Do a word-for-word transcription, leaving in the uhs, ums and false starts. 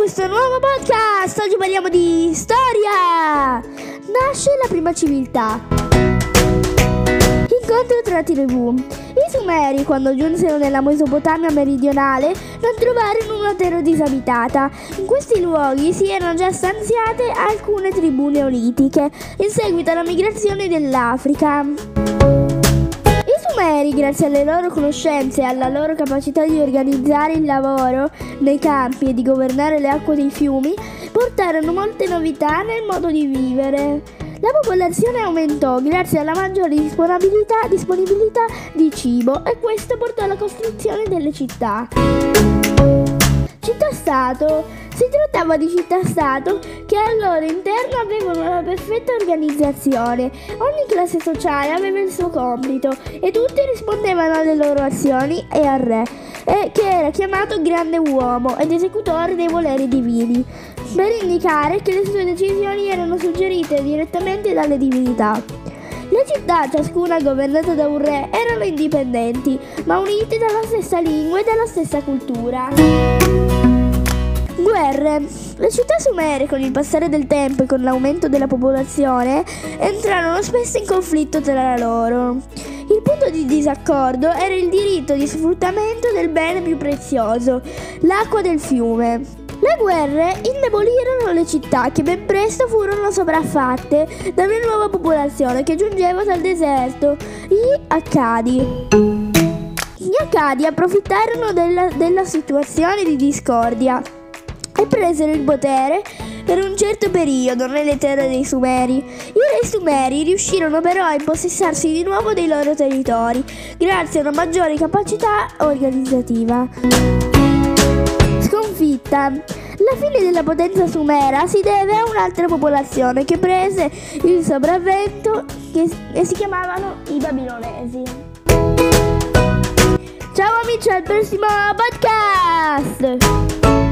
questo nuovo podcast. Oggi parliamo di storia. Nasce la prima civiltà. Incontro tra tribù. I Sumeri, quando giunsero nella Mesopotamia meridionale, non trovarono una terra disabitata. In questi luoghi si erano già stanziate alcune tribù neolitiche, in seguito alla migrazione dell'Africa. I Sumeri, grazie alle loro conoscenze e alla loro capacità di organizzare il lavoro nei campi e di governare le acque dei fiumi, portarono molte novità nel modo di vivere. La popolazione aumentò grazie alla maggiore disponibilità, disponibilità di cibo e questo portò alla costruzione delle città. Città-stato. Si trattava di città-stato che al loro interno avevano una perfetta organizzazione. Ogni classe sociale aveva il suo compito e tutti rispondevano alle loro azioni e al re, e che era chiamato grande uomo ed esecutore dei voleri divini, per indicare che le sue decisioni erano suggerite direttamente dalle divinità. Le città, ciascuna governata da un re, erano indipendenti, ma unite dalla stessa lingua e dalla stessa cultura. Guerre. Le città sumere, con il passare del tempo e con l'aumento della popolazione, entrarono spesso in conflitto tra loro. Il punto di disaccordo era il diritto di sfruttamento del bene più prezioso, l'acqua del fiume. Le guerre indebolirono le città, che ben presto furono sopraffatte da una nuova popolazione che giungeva dal deserto, gli Accadi. Gli Accadi approfittarono della, della situazione di discordia e presero il potere per un certo periodo nelle terre dei Sumeri. I re Sumeri riuscirono però a impossessarsi di nuovo dei loro territori, grazie a una maggiore capacità organizzativa. Sconfitta. La fine della potenza sumera si deve a un'altra popolazione che prese il sopravvento che, e si chiamavano i babilonesi. Ciao amici, al prossimo podcast!